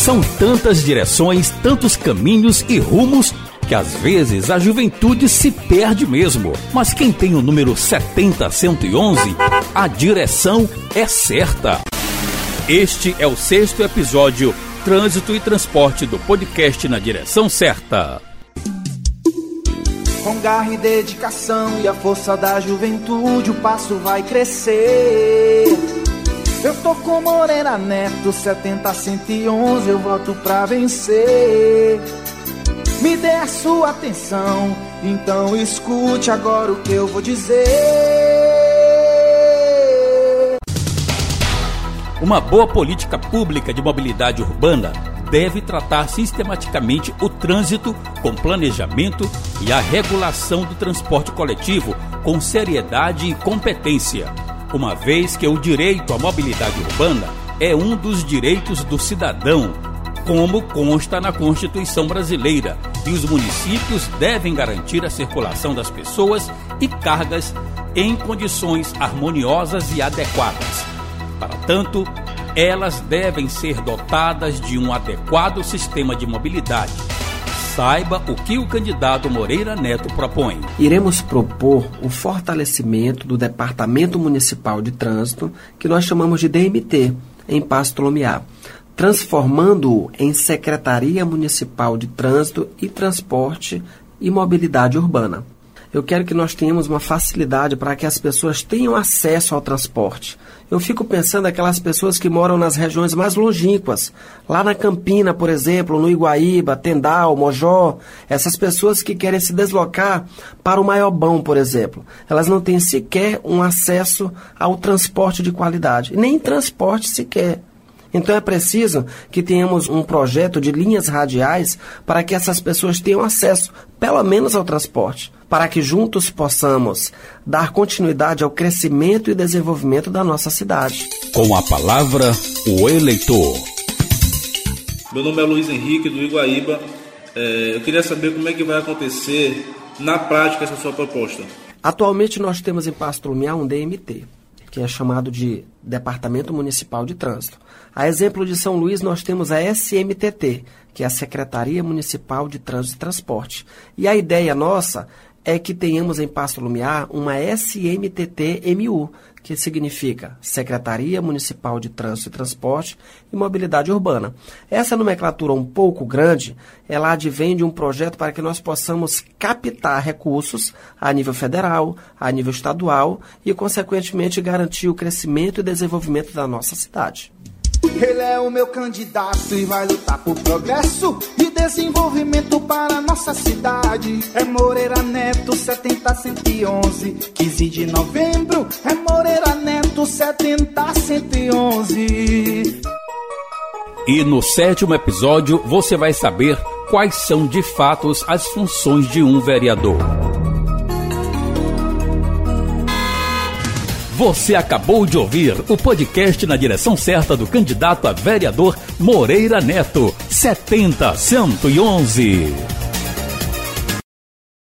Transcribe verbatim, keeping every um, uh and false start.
São tantas direções, tantos caminhos e rumos que às vezes a juventude se perde mesmo. Mas quem tem o número setenta cento e onze, a direção é certa. Este é o sexto episódio Trânsito e Transporte do podcast Na Direção Certa. Com garra e dedicação e a força da juventude, o passo vai crescer. Eu tô com Moreira Neto, setenta cento e onze, eu volto pra vencer. Me dê a sua atenção, então escute agora o que eu vou dizer. Uma boa política pública de mobilidade urbana deve tratar sistematicamente o trânsito com planejamento e a regulação do transporte coletivo com seriedade e competência, uma vez que o direito à mobilidade urbana é um dos direitos do cidadão, como consta na Constituição brasileira, e os municípios devem garantir a circulação das pessoas e cargas em condições harmoniosas e adequadas. Para tanto, elas devem ser dotadas de um adequado sistema de mobilidade. Saiba o que o candidato Moreira Neto propõe. Iremos propor o fortalecimento do Departamento Municipal de Trânsito, que nós chamamos de D M T, em Pasto Lumiar, transformando-o em Secretaria Municipal de Trânsito e Transporte e Mobilidade Urbana. Eu quero que nós tenhamos uma facilidade para que as pessoas tenham acesso ao transporte. Eu fico pensando aquelas pessoas que moram nas regiões mais longínquas, lá na Campina, por exemplo, no Iguaíba, Tendal, Mojó, essas pessoas que querem se deslocar para o Maiobão, por exemplo. Elas não têm sequer um acesso ao transporte de qualidade, nem transporte sequer. Então é preciso que tenhamos um projeto de linhas radiais para que essas pessoas tenham acesso, pelo menos ao transporte, para que juntos possamos dar continuidade ao crescimento e desenvolvimento da nossa cidade. Com a palavra, o eleitor. Meu nome é Luiz Henrique, do Iguaíba. É, eu queria saber como é que vai acontecer na prática essa sua proposta. Atualmente nós temos em Pasto Lumiar um D M T, que é chamado de Departamento Municipal de Trânsito. A exemplo de São Luís, nós temos a S M T T, que é a Secretaria Municipal de Trânsito e Transporte. E a ideia nossa é que tenhamos em Pasto Lumiar uma S M T T M U, que significa Secretaria Municipal de Trânsito e Transporte e Mobilidade Urbana. Essa nomenclatura um pouco grande, ela advém de um projeto para que nós possamos captar recursos a nível federal, a nível estadual e, consequentemente, garantir o crescimento e desenvolvimento da nossa cidade. Ele é o meu candidato e vai lutar por progresso e desenvolvimento para a nossa cidade. É Moreira Neto, setenta cento e onze, quinze de novembro. É Moreira Neto, setenta cento e onze. E no sétimo episódio você vai saber quais são de fato as funções de um vereador. Você acabou de ouvir o podcast Na Direção Certa do candidato a vereador Moreira Neto, setenta cento e onze.